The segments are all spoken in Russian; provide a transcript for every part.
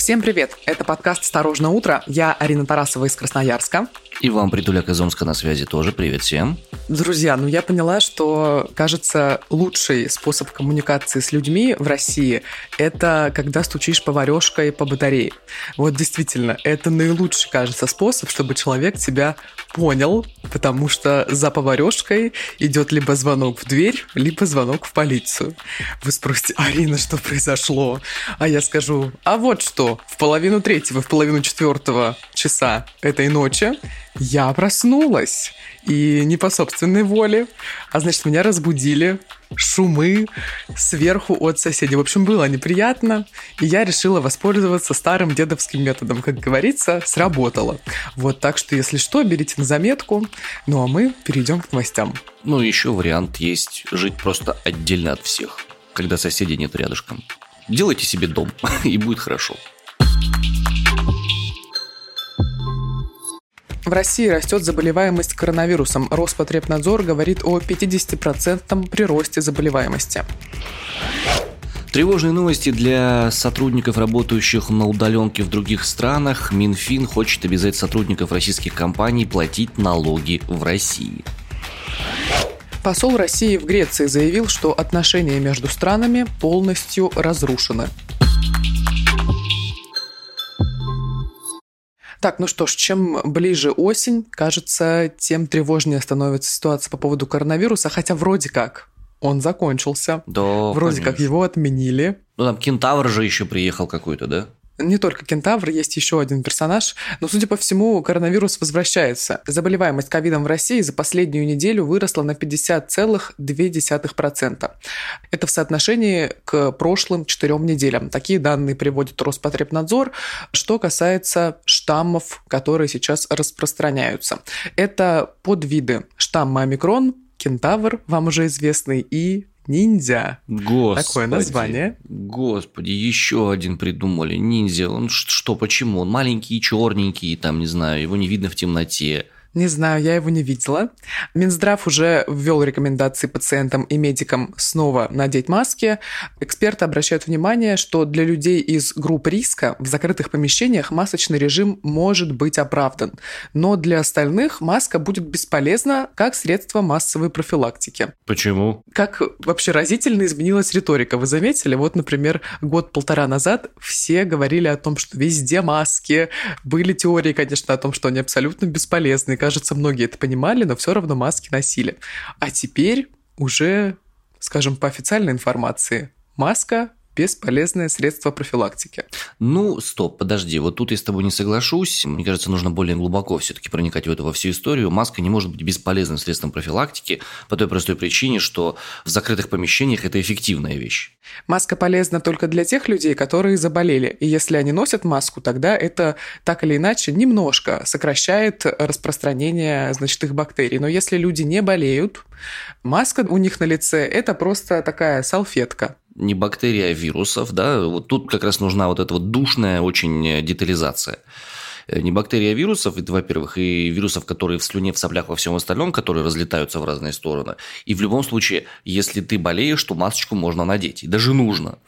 Всем привет! Это подкаст «Осторожно, утро». Я Арина Тарасова из Красноярска. И вам, Притуляк из Омска, на связи тоже. Привет всем. Друзья, я поняла, что, кажется, лучший способ коммуникации с людьми в России – это когда стучишь поварёшкой по батарее. Вот действительно, это наилучший, кажется, способ, чтобы человек тебя понял, потому что за поварёшкой идет либо звонок в дверь, либо звонок в полицию. Вы спросите: Арина, что произошло? А я скажу: а вот что, в 2:30, в 3:30 часа этой ночи я проснулась, и не по собственной воле, а значит, меня разбудили шумы сверху от соседей. В общем, было неприятно, и я решила воспользоваться старым дедовским методом. Как говорится, сработало. Вот, так что, если что, берите на заметку. Ну, а мы перейдем к новостям. Еще вариант есть: жить просто отдельно от всех, когда соседей нет рядышком. Делайте себе дом, и будет хорошо. В России растет заболеваемость коронавирусом. Роспотребнадзор говорит о 50% приросте заболеваемости. Тревожные новости для сотрудников, работающих на удаленке в других странах. Минфин хочет обязать сотрудников российских компаний платить налоги в России. Посол России в Греции заявил, что отношения между странами полностью разрушены. Так, ну что ж, чем ближе осень, кажется, тем тревожнее становится ситуация по поводу коронавируса, хотя вроде как он закончился. Да, вроде конечно. как его отменили. Там кентавр же еще приехал какой-то, да? Не только кентавр, есть еще один персонаж, но, судя по всему, коронавирус возвращается. Заболеваемость ковидом в России за последнюю неделю выросла на 50,2%. Это в соотношении к прошлым 4 неделям. Такие данные приводит Роспотребнадзор. Что касается штаммов, которые сейчас распространяются. Это подвиды штамма омикрон, кентавр, вам уже известный, и ниндзя. Господи, такое название. Господи, еще один придумали. Ниндзя. Он что, почему? Он маленький, черненький, там, не знаю, его не видно в темноте. Не знаю, я его не видела. Минздрав уже ввел рекомендации пациентам и медикам снова надеть маски. Эксперты обращают внимание, что для людей из групп риска в закрытых помещениях масочный режим может быть оправдан. Но для остальных маска будет бесполезна как средство массовой профилактики. Почему? Как вообще разительно изменилась риторика. Вы заметили? Вот, например, 1-1,5 назад все говорили о том, что везде маски. Были теории, конечно, о том, что они абсолютно бесполезны. Кажется, многие это понимали, но все равно маски носили. А теперь уже, скажем, по официальной информации, маска – бесполезное средство профилактики. Стоп, подожди, вот тут я с тобой не соглашусь. Мне кажется, нужно более глубоко все-таки проникать в эту во всю историю. Маска не может быть бесполезным средством профилактики по той простой причине, что в закрытых помещениях это эффективная вещь. Маска полезна только для тех людей, которые заболели. И если они носят маску, тогда это так или иначе немножко сокращает распространение, их бактерий. Но если люди не болеют, маска у них на лице – это просто такая салфетка. Не бактерий, а вирусов, да, вот тут как раз нужна вот эта вот душная очень детализация. Не бактерий, а вирусов, это, во-первых, и вирусов, которые в слюне, в соплях, во всем остальном, которые разлетаются в разные стороны. И в любом случае, если ты болеешь, то масочку можно надеть, и даже нужно.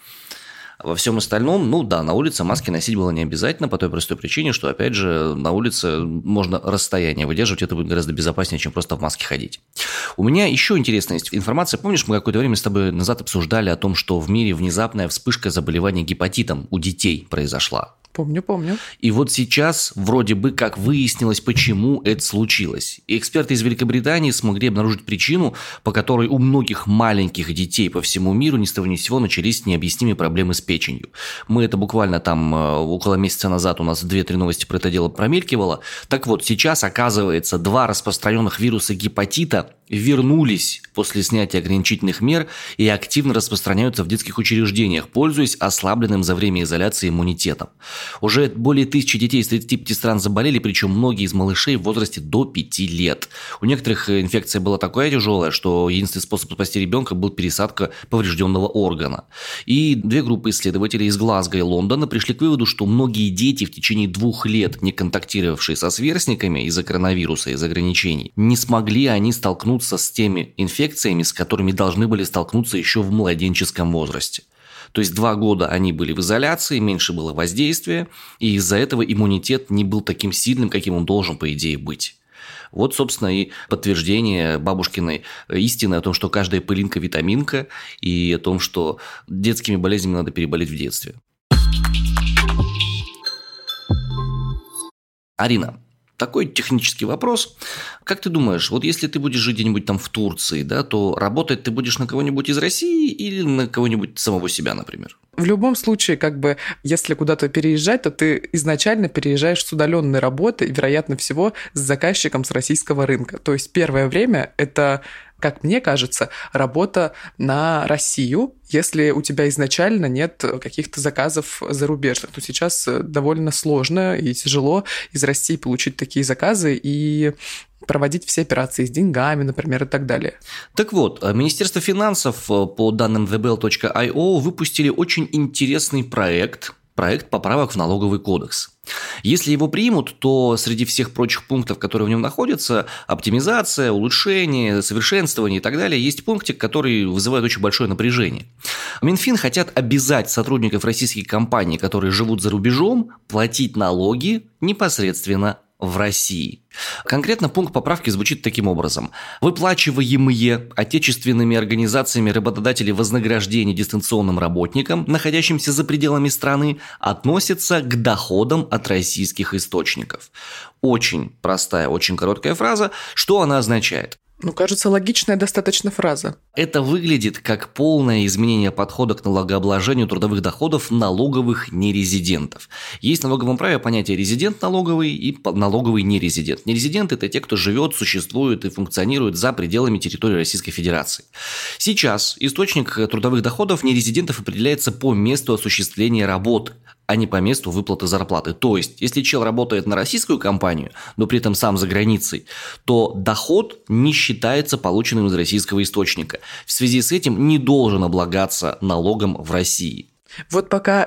Во всем остальном, на улице маски носить было не обязательно по той простой причине, что, опять же, на улице можно расстояние выдерживать, это будет гораздо безопаснее, чем просто в маске ходить. У меня еще интересная есть информация. Помнишь, мы какое-то время с тобой назад обсуждали о том, что в мире внезапная вспышка заболевания гепатитом у детей произошла? Помню. И вот сейчас вроде бы как выяснилось, почему это случилось. И эксперты из Великобритании смогли обнаружить причину, по которой у многих маленьких детей по всему миру ни с того ни с сего начались необъяснимые проблемы с печенью. Мы это буквально там около месяца назад у нас 2-3 новости про это дело промелькивало. Так вот, сейчас, оказывается, 2 распространенных вируса гепатита вернулись после снятия ограничительных мер и активно распространяются в детских учреждениях, пользуясь ослабленным за время изоляции иммунитетом. Уже более 1000 детей из 35 стран заболели, причем многие из малышей в возрасте до 5 лет. У некоторых инфекция была такая тяжелая, что единственный способ спасти ребенка был пересадка поврежденного органа. И 2 группы исследователей из Глазго и Лондона пришли к выводу, что многие дети в течение 2 лет, не контактировавшие со сверстниками из-за коронавируса, из ограничений, не смогли они столкнуться с теми инфекциями, с которыми должны были столкнуться еще в младенческом возрасте. То есть 2 года они были в изоляции, меньше было воздействия, и из-за этого иммунитет не был таким сильным, каким он должен, по идее, быть. Вот, собственно, и подтверждение бабушкиной истины о том, что каждая пылинка – витаминка, и о том, что детскими болезнями надо переболеть в детстве. Арина, такой технический вопрос. Как ты думаешь, вот если ты будешь жить где-нибудь там в Турции, да, то работать ты будешь на кого-нибудь из России или на кого-нибудь самого себя, например? В любом случае, если куда-то переезжать, то ты изначально переезжаешь с удаленной работы, и, вероятно всего, с заказчиком с российского рынка. То есть первое время это, как мне кажется, работа на Россию. Если у тебя изначально нет каких-то заказов зарубежных, то сейчас довольно сложно и тяжело из России получить такие заказы и проводить все операции с деньгами, например, и так далее. Так вот, Министерство финансов по данным thebell.io выпустили очень интересный проект поправок в налоговый кодекс. Если его примут, то среди всех прочих пунктов, которые в нем находятся, оптимизация, улучшение, совершенствование и так далее, есть пунктик, который вызывает очень большое напряжение. Минфин хотят обязать сотрудников российских компаний, которые живут за рубежом, платить налоги непосредственно в России. Конкретно пункт поправки звучит таким образом. Выплачиваемые отечественными организациями работодателей вознаграждения дистанционным работникам, находящимся за пределами страны, относятся к доходам от российских источников. Очень простая, очень короткая фраза. Что она означает? Кажется, логичная достаточно фраза. Это выглядит как полное изменение подхода к налогообложению трудовых доходов налоговых нерезидентов. Есть в налоговом праве понятие резидент налоговый и налоговый нерезидент. Нерезидент – это те, кто живет, существует и функционирует за пределами территории Российской Федерации. Сейчас источник трудовых доходов нерезидентов определяется по месту осуществления работы, а не по месту выплаты зарплаты. То есть, если чел работает на российскую компанию, но при этом сам за границей, то доход не считается полученным из российского источника. В связи с этим не должен облагаться налогом в России. Вот пока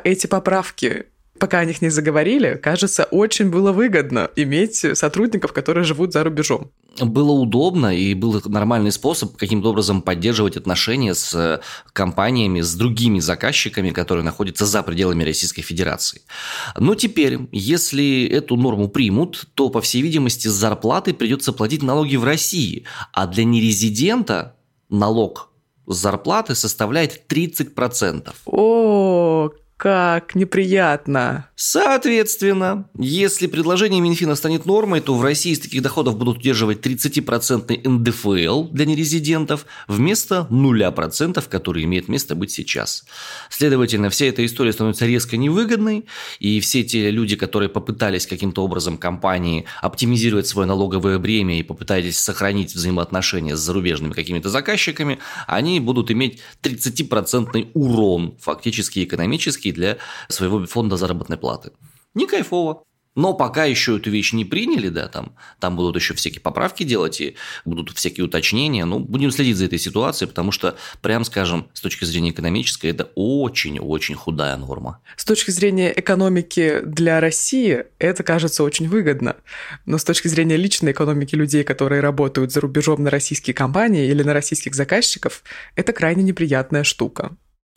о них не заговорили, кажется, очень было выгодно иметь сотрудников, которые живут за рубежом. Было удобно и был нормальный способ каким-то образом поддерживать отношения с компаниями, с другими заказчиками, которые находятся за пределами Российской Федерации. Но теперь, если эту норму примут, то, по всей видимости, с зарплаты придется платить налоги в России, а для нерезидента налог с зарплаты составляет 30%. О, как неприятно. Соответственно, если предложение Минфина станет нормой, то в России из таких доходов будут удерживать 30% НДФЛ для нерезидентов вместо 0%, который имеет место быть сейчас. Следовательно, вся эта история становится резко невыгодной, и все те люди, которые попытались каким-то образом компании оптимизировать свое налоговое бремя и попытались сохранить взаимоотношения с зарубежными какими-то заказчиками, они будут иметь 30% урон, фактически экономический, для своего фонда заработной платы. Не кайфово. Но пока еще эту вещь не приняли, да, там будут еще всякие поправки делать и будут всякие уточнения. Будем следить за этой ситуацией, потому что, прям скажем, с точки зрения экономической, это очень-очень худая норма. С точки зрения экономики для России это кажется очень выгодно. Но с точки зрения личной экономики людей, которые работают за рубежом на российские компании или на российских заказчиков, это крайне неприятная штука.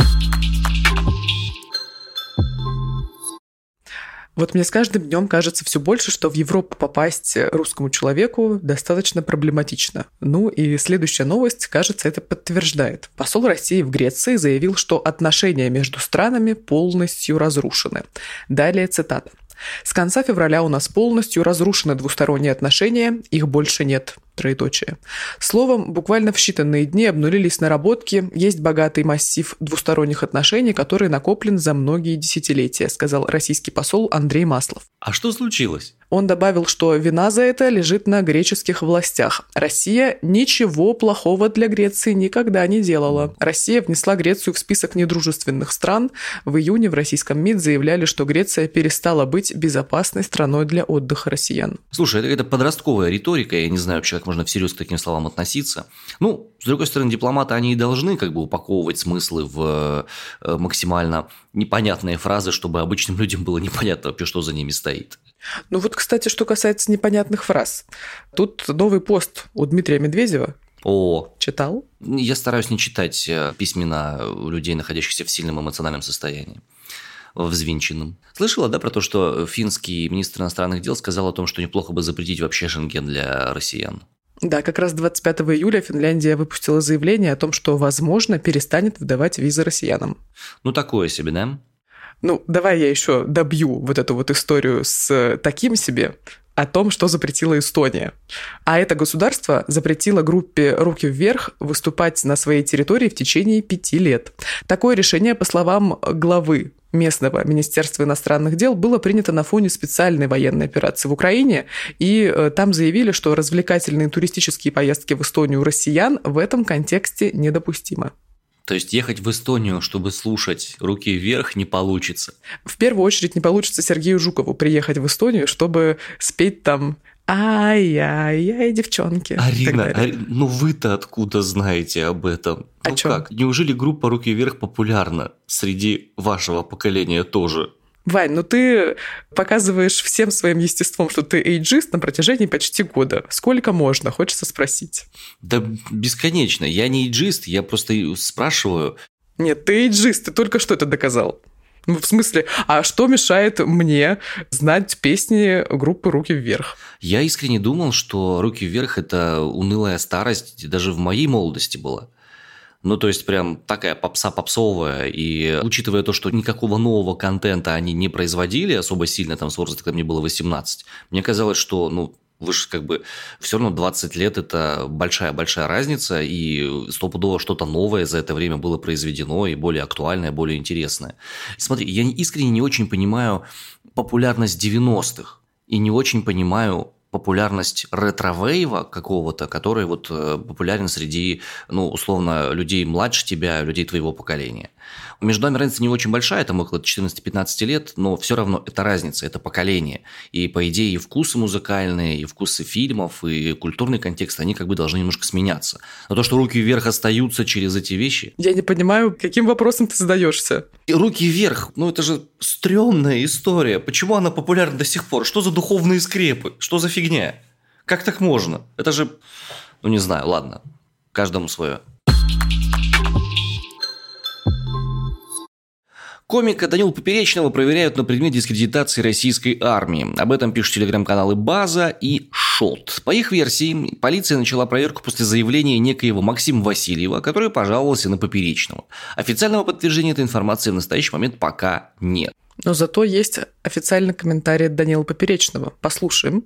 Вот мне с каждым днем кажется все больше, что в Европу попасть русскому человеку достаточно проблематично. И следующая новость, кажется, это подтверждает. Посол России в Греции заявил, что отношения между странами полностью разрушены. Далее цитата. «С конца февраля у нас полностью разрушены двусторонние отношения, их больше нет». Троеточие. Словом, буквально в считанные дни обнулились наработки, есть богатый массив двусторонних отношений, который накоплен за многие десятилетия, сказал российский посол Андрей Маслов. А что случилось? Он добавил, что вина за это лежит на греческих властях. Россия ничего плохого для Греции никогда не делала. Россия внесла Грецию в список недружественных стран. В июне в российском МИД заявляли, что Греция перестала быть безопасной страной для отдыха россиян. Слушай, это какая-то подростковая риторика, я не знаю вообще, как можно всерьез к таким словам относиться. С другой стороны, дипломаты, они и должны упаковывать смыслы в максимально непонятные фразы, чтобы обычным людям было непонятно вообще, что за ними стоит. Кстати, что касается непонятных фраз. Тут новый пост у Дмитрия Медведева. О, Читал? я стараюсь не читать письмена людей, находящихся в сильном эмоциональном состоянии, взвинченном. Слышала, да, про то, что финский министр иностранных дел сказал о том, что неплохо бы запретить вообще Шенген для россиян? Да, как раз 25 июля Финляндия выпустила заявление о том, что, возможно, перестанет выдавать визы россиянам. Ну, такое себе, да? Ну, давай я еще добью вот эту вот историю с таким себе о том, что запретила Эстония. А это государство запретило группе «Руки вверх» выступать на своей территории в течение 5 лет. Такое решение, по словам главы местного Министерства иностранных дел, было принято на фоне специальной военной операции в Украине, и там заявили, что развлекательные туристические поездки в Эстонию россиян в этом контексте недопустимы. То есть ехать в Эстонию, чтобы слушать «Руки вверх», не получится? В первую очередь не получится Сергею Жукову приехать в Эстонию, чтобы спеть там «Ай-яй-яй, девчонки». Арина, ну вы-то откуда знаете об этом? О чём? Как? Неужели группа «Руки вверх» популярна среди вашего поколения тоже? Вань, ну ты показываешь всем своим естеством, что ты эйджист на протяжении почти года. Сколько можно, хочется спросить. Да бесконечно. Я не эйджист, я просто спрашиваю. Нет, ты эйджист, ты только что это доказал. Ну, в смысле, а что мешает мне знать песни группы «Руки вверх»? Я искренне думал, что «Руки вверх» – это унылая старость, даже в моей молодости была. Ну, то есть, прям такая попса попсовая, и учитывая то, что никакого нового контента они не производили особо сильно, там, с возраста, когда мне было 18, мне казалось, что, ну, вы же как бы все равно 20 лет – это большая-большая разница, и стопудово что-то новое за это время было произведено, и более актуальное, более интересное. Смотри, я искренне не очень понимаю популярность 90-х, и не очень понимаю популярность ретро-вейва какого-то, который вот популярен среди, ну, условно, людей младше тебя, людей твоего поколения. Между нами разница не очень большая, там около 14-15 лет, но все равно это разница, это поколение. И, по идее, и вкусы музыкальные, и вкусы фильмов, и культурный контекст, они как бы должны немножко сменяться. Но то, что «Руки вверх» остаются через эти вещи... Я не понимаю, каким вопросом ты задаешься. «Руки вверх», ну это же стрёмная история. Почему она популярна до сих пор? Что за духовные скрепы? Что за фигня? Как так можно? Это же... Ну не знаю, ладно. Каждому свое. Комика Данилу Поперечного проверяют на предмет дискредитации российской армии. Об этом пишут телеграм-каналы «База» и «Шот». По их версии, полиция начала проверку после заявления некоего Максима Васильева, который пожаловался на Поперечного. Официального подтверждения этой информации в настоящий момент пока нет. Но зато есть официальный комментарий от Данила Поперечного. Послушаем.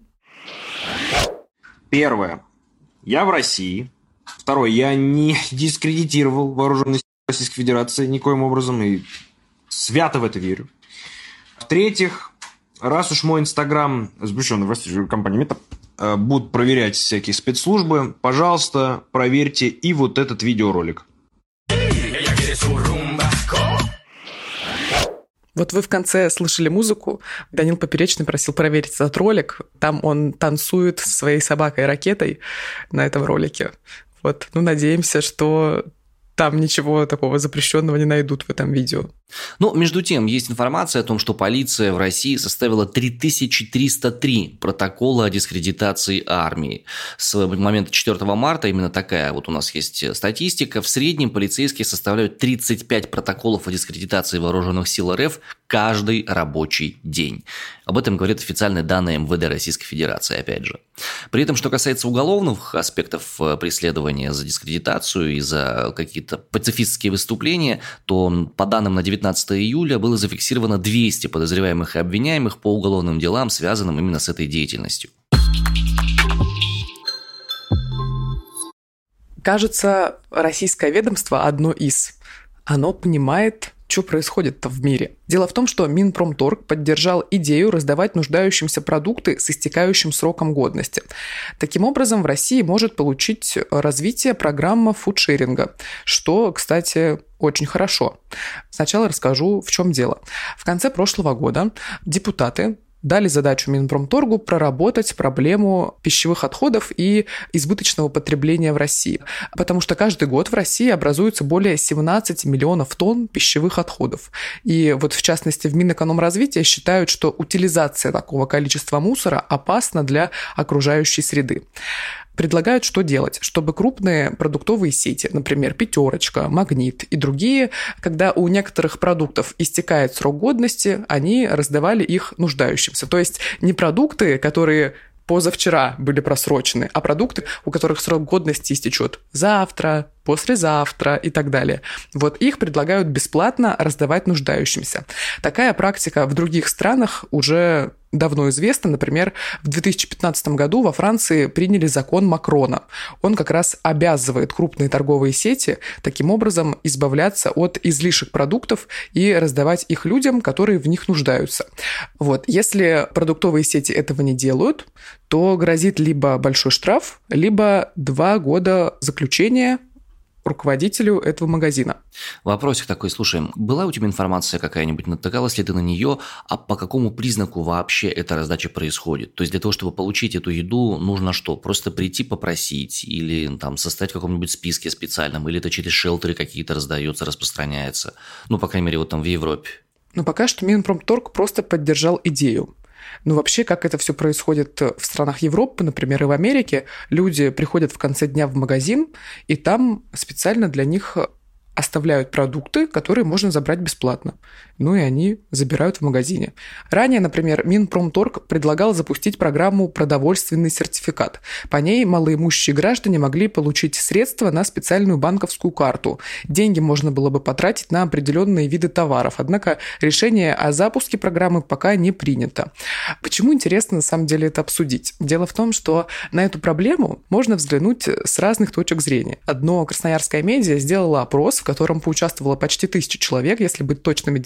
Первое. Я в России. Второе. Я не дискредитировал вооруженные силы Российской Федерации никоим образом и свято в это верю. В-третьих, раз уж мой Инстаграм, запрещенный в России компанией Мета, будут проверять всякие спецслужбы, пожалуйста, проверьте и вот этот видеоролик. Вот вы в конце слышали музыку. Данил Поперечный просил проверить этот ролик. Там он танцует со своей собакой-ракетой на этом ролике. Вот, ну, надеемся, что там ничего такого запрещенного не найдут в этом видео. Но, между тем, есть информация о том, что полиция в России составила 3303 протокола о дискредитации армии. С момента 4 марта, именно такая вот у нас есть статистика, в среднем полицейские составляют 35 протоколов о дискредитации вооруженных сил РФ каждый рабочий день. Об этом говорят официальные данные МВД Российской Федерации, опять же. При этом, что касается уголовных аспектов преследования за дискредитацию и за какие-то пацифистские выступления, то по данным на 19 июля было зафиксировано 200 подозреваемых и обвиняемых по уголовным делам, связанным именно с этой деятельностью. Кажется, российское ведомство одно из. Оно понимает, что происходит-то в мире. Дело в том, что Минпромторг поддержал идею раздавать нуждающимся продукты с истекающим сроком годности. Таким образом, в России может получить развитие программа фудшеринга, что, кстати, очень хорошо. Сначала расскажу, в чем дело. В конце прошлого года депутаты дали задачу Минпромторгу проработать проблему пищевых отходов и избыточного потребления в России. Потому что каждый год в России образуется более 17 миллионов тонн пищевых отходов. И вот в частности в Минэкономразвития считают, что утилизация такого количества мусора опасна для окружающей среды. предлагают что делать? Чтобы крупные продуктовые сети, например, «Пятерочка», «Магнит» и другие, когда у некоторых продуктов истекает срок годности, они раздавали их нуждающимся. То есть не продукты, которые позавчера были просрочены, а продукты, у которых срок годности истечет завтра, послезавтра и так далее. Вот их предлагают бесплатно раздавать нуждающимся. Такая практика в других странах уже давно известна. Например, в 2015 году во Франции приняли закон Макрона. Он как раз обязывает крупные торговые сети таким образом избавляться от излишек продуктов и раздавать их людям, которые в них нуждаются. Вот. Если продуктовые сети этого не делают, то грозит либо большой штраф, либо 2 года заключения руководителю этого магазина. Вопросик такой, слушай, была у тебя информация какая-нибудь, натыкалась ли ты на нее, а по какому признаку вообще эта раздача происходит? То есть для того, чтобы получить эту еду, нужно что? Просто прийти попросить или там состоять в каком-нибудь списке специальном, или это через шелтеры какие-то раздается, распространяется? Ну, по крайней мере, вот там в Европе. Ну, пока что Минпромторг просто поддержал идею. Но вообще, как это все происходит в странах Европы, например, и в Америке, люди приходят в конце дня в магазин, и там специально для них оставляют продукты, которые можно забрать бесплатно. Ну и они забирают в магазине. Ранее, например, Минпромторг предлагал запустить программу «Продовольственный сертификат». По ней малоимущие граждане могли получить средства на специальную банковскую карту. Деньги можно было бы потратить на определенные виды товаров. Однако решение о запуске программы пока не принято. Почему интересно на самом деле это обсудить? Дело в том, что на эту проблему можно взглянуть с разных точек зрения. Одно красноярское медиа сделало опрос, в котором поучаствовало почти 1000 человек, если быть точными,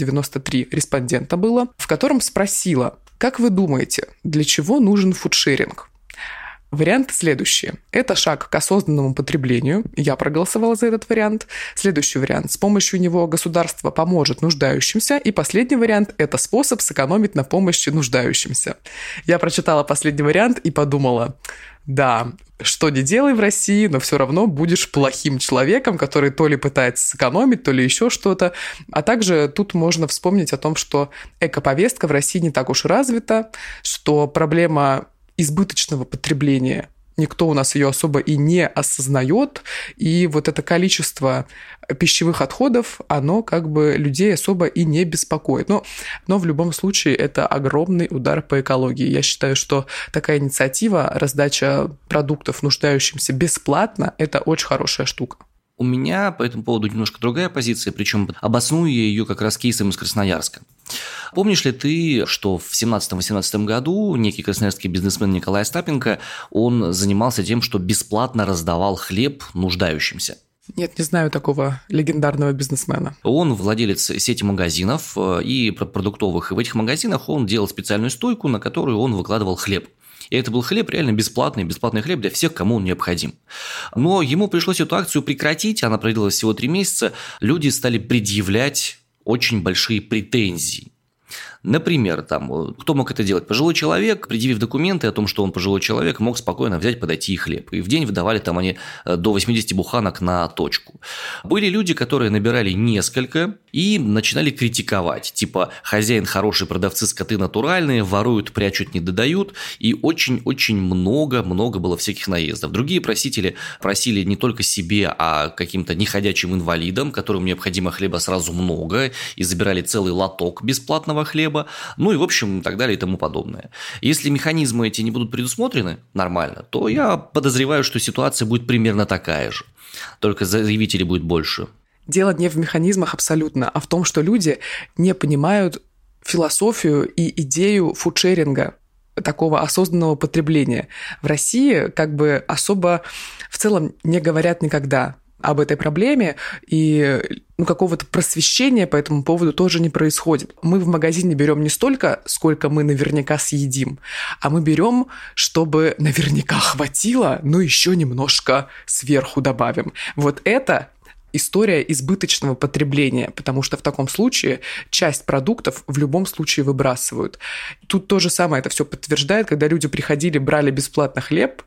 993 респондента было, в котором спросила: как вы думаете, для чего нужен фудшеринг? Варианты следующие. Это шаг к осознанному потреблению. Я проголосовала за этот вариант. Следующий вариант. С помощью него государство поможет нуждающимся. И последний вариант – это способ сэкономить на помощи нуждающимся. Я прочитала последний вариант и подумала: да, что не делай в России, но все равно будешь плохим человеком, который то ли пытается сэкономить, то ли еще что-то. А также тут можно вспомнить о том, что экоповестка в России не так уж развита, что проблема избыточного потребления, никто у нас ее особо и не осознает, и вот это количество пищевых отходов, оно как бы людей особо и не беспокоит. Но в любом случае это огромный удар по экологии. Я считаю, что такая инициатива, раздача продуктов нуждающимся бесплатно, это очень хорошая штука. У меня по этому поводу немножко другая позиция, причем обосную я ее как раз кейсом из Красноярска. Помнишь ли ты, что в 17-18 году некий красноярский бизнесмен Николай Остапенко, он занимался тем, что бесплатно раздавал хлеб нуждающимся? Нет, не знаю такого легендарного бизнесмена. Он владелец сети магазинов и продуктовых, и в этих магазинах он делал специальную стойку, на которую он выкладывал хлеб. И это был хлеб реально бесплатный хлеб для всех, кому он необходим. Но ему пришлось эту акцию прекратить, она продлилась всего 3 месяца. Люди стали предъявлять очень большие претензии. Например, кто мог это делать? Пожилой человек, предъявив документы о том, что он пожилой человек, мог спокойно взять, подойти и хлеб. И в день выдавали они до 80 буханок на точку. Были люди, которые набирали несколько и начинали критиковать. Типа, хозяин хороший, продавцы скоты натуральные, воруют, прячут, не додают. И очень-очень много было всяких наездов. Другие просители просили не только себе, а каким-то неходячим инвалидам, которым необходимо хлеба сразу много, и забирали целый лоток бесплатного хлеба. Ну и, в общем, так далее и тому подобное. Если механизмы эти не будут предусмотрены нормально, то я подозреваю, что ситуация будет примерно такая же. Только заявителей будет больше. Дело не в механизмах абсолютно, а в том, что люди не понимают философию и идею фудшеринга, такого осознанного потребления. В России как бы особо в целом не говорят никогда об этой проблеме, и какого-то просвещения по этому поводу тоже не происходит. Мы в магазине берем не столько, сколько мы наверняка съедим, а мы берем, чтобы наверняка хватило, но еще немножко сверху добавим. Вот это история избыточного потребления, потому что в таком случае часть продуктов в любом случае выбрасывают. Тут то же самое это все подтверждает, когда люди приходили, брали бесплатно хлеб,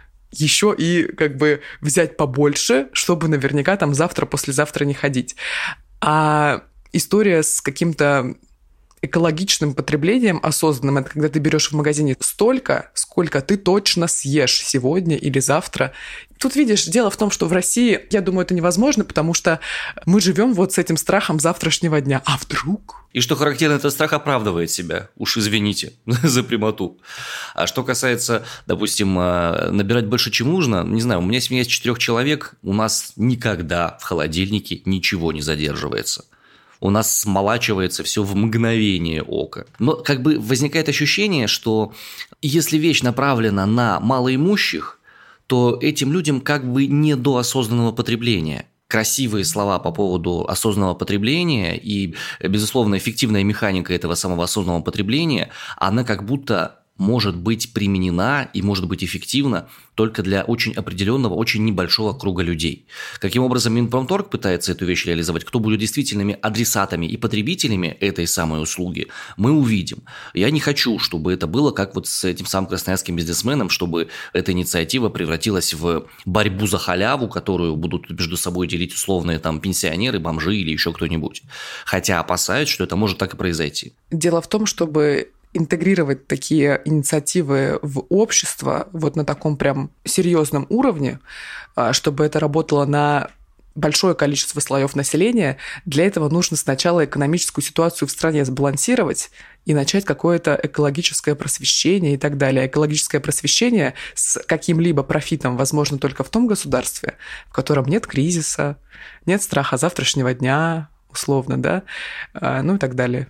еще и как бы взять побольше, чтобы наверняка завтра, послезавтра не ходить. А история с каким-то экологичным потреблением осознанным, это когда ты берешь в магазине столько, сколько ты точно съешь сегодня или завтра. Тут, видишь, дело в том, что в России, я думаю, это невозможно, потому что мы живем вот с этим страхом завтрашнего дня. А вдруг? И что характерно, этот страх оправдывает себя. Уж извините за прямоту. А что касается, допустим, набирать больше, чем нужно, не знаю, у меня семья из 4 человек, у нас никогда в холодильнике ничего не задерживается. У нас смолачивается все в мгновение ока. Но как бы возникает ощущение, что если вещь направлена на малоимущих, то этим людям как бы не до осознанного потребления. Красивые слова по поводу осознанного потребления и, безусловно, эффективная механика этого самого осознанного потребления, она как будто может быть применена и может быть эффективна только для очень определенного, очень небольшого круга людей. Каким образом Минпромторг пытается эту вещь реализовать, кто будет действительными адресатами и потребителями этой самой услуги, мы увидим. Я не хочу, чтобы это было как вот с этим самым красноярским бизнесменом, чтобы эта инициатива превратилась в борьбу за халяву, которую будут между собой делить условные там пенсионеры, бомжи или еще кто-нибудь. Хотя опасаюсь, что это может так и произойти. Дело в том, чтобы интегрировать такие инициативы в общество вот на таком прям серьезном уровне, чтобы это работало на большое количество слоев населения, для этого нужно сначала экономическую ситуацию в стране сбалансировать и начать какое-то экологическое просвещение и так далее. Экологическое просвещение с каким-либо профитом возможно только в том государстве, в котором нет кризиса, нет страха завтрашнего дня, условно, да, ну и так далее.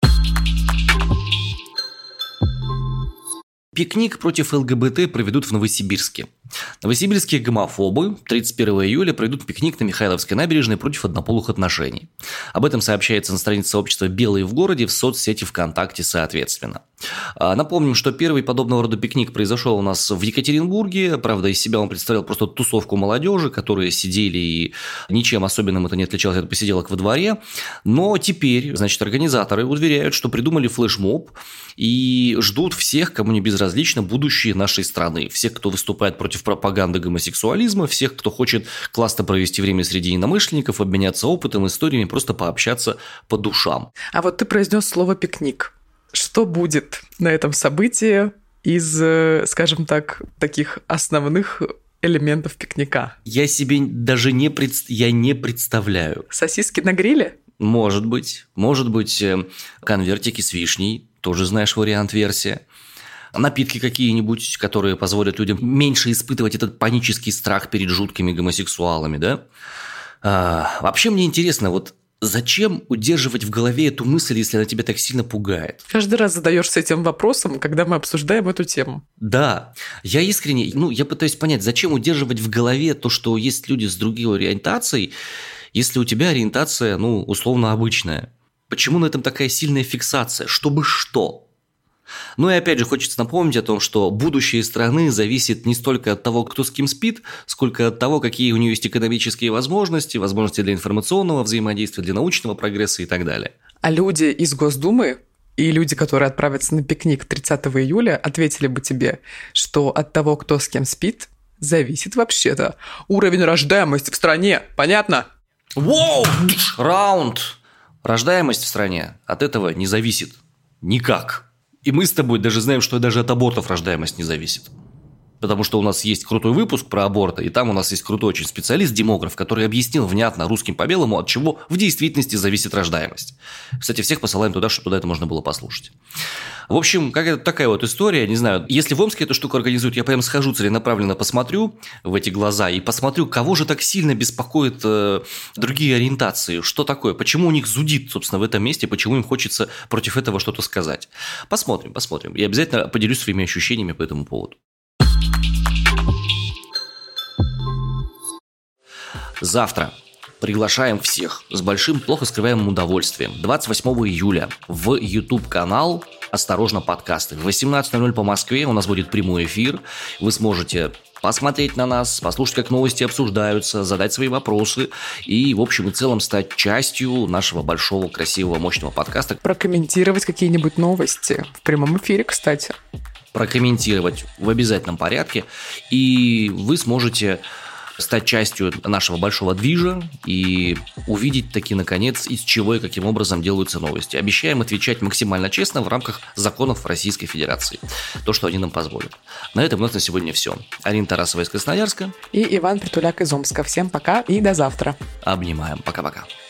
Пикник против ЛГБТ проведут в Новосибирске. Новосибирские гомофобы 31 июля пройдут пикник на Михайловской набережной против однополых отношений. Об этом сообщается на странице сообщества «Белые в городе» в соцсети ВКонтакте соответственно. Напомним, что первый подобного рода пикник произошел у нас в Екатеринбурге. Правда, из себя он представлял просто тусовку молодежи, которые сидели и ничем особенным это не отличалось от посиделок во дворе. Но теперь, значит, организаторы уверяют, что придумали флешмоб и ждут всех, кому не безразлично будущее нашей страны. Всех, кто выступает против пропаганды гомосексуализма, всех, кто хочет классно провести время среди единомышленников, обменяться опытом, историями, просто пообщаться по душам. А вот ты произнес слово «пикник». Что будет на этом событии из, скажем так, таких основных элементов пикника? Я себе даже не представляю. Сосиски на гриле? Может быть, конвертики с вишней, тоже знаешь вариант-версия. Напитки какие-нибудь, которые позволят людям меньше испытывать этот панический страх перед жуткими гомосексуалами, да? Вообще мне интересно, вот зачем удерживать в голове эту мысль, если она тебя так сильно пугает? Каждый раз задаешься этим вопросом, когда мы обсуждаем эту тему. Да, я искренне, я пытаюсь понять, зачем удерживать в голове то, что есть люди с другой ориентацией, если у тебя ориентация, условно обычная. Почему на этом такая сильная фиксация? Чтобы что? Ну и опять же хочется напомнить о том, что будущее страны зависит не столько от того, кто с кем спит, сколько от того, какие у нее есть экономические возможности для информационного взаимодействия, для научного прогресса и так далее. А люди из Госдумы и люди, которые отправятся на пикник 30 июля, ответили бы тебе, что от того, кто с кем спит, зависит вообще-то уровень рождаемости в стране. Понятно? Воу! Раунд! Рождаемость в стране от этого не зависит. Никак. И мы с тобой даже знаем, что даже от абортов рождаемость не зависит. Потому что у нас есть крутой выпуск про аборты, и там у нас есть крутой очень специалист-демограф, который объяснил внятно русским по белому, от чего в действительности зависит рождаемость. Кстати, всех посылаем туда, чтобы туда это можно было послушать. В общем, какая-то такая вот история, не знаю, если в Омске эту штуку организуют, я прям схожу целенаправленно, посмотрю в эти глаза и посмотрю, кого же так сильно беспокоит другие ориентации, что такое, почему у них зудит, собственно, в этом месте, почему им хочется против этого что-то сказать. Посмотрим. И обязательно поделюсь своими ощущениями по этому поводу. Завтра приглашаем всех с большим, плохо скрываемым удовольствием 28 июля в YouTube-канал «Осторожно, подкасты». В 18:00 по Москве у нас будет прямой эфир. Вы сможете посмотреть на нас, послушать, как новости обсуждаются, задать свои вопросы и, в общем и целом, стать частью нашего большого, красивого, мощного подкаста. Прокомментировать какие-нибудь новости в прямом эфире, кстати. Прокомментировать в обязательном порядке. И вы сможете стать частью нашего большого движа и увидеть таки, наконец, из чего и каким образом делаются новости. Обещаем отвечать максимально честно в рамках законов Российской Федерации. То, что они нам позволят. На этом у нас на сегодня все. Арина Тарасова из Красноярска. И Иван Притуляк из Омска. Всем пока и до завтра. Обнимаем. Пока-пока.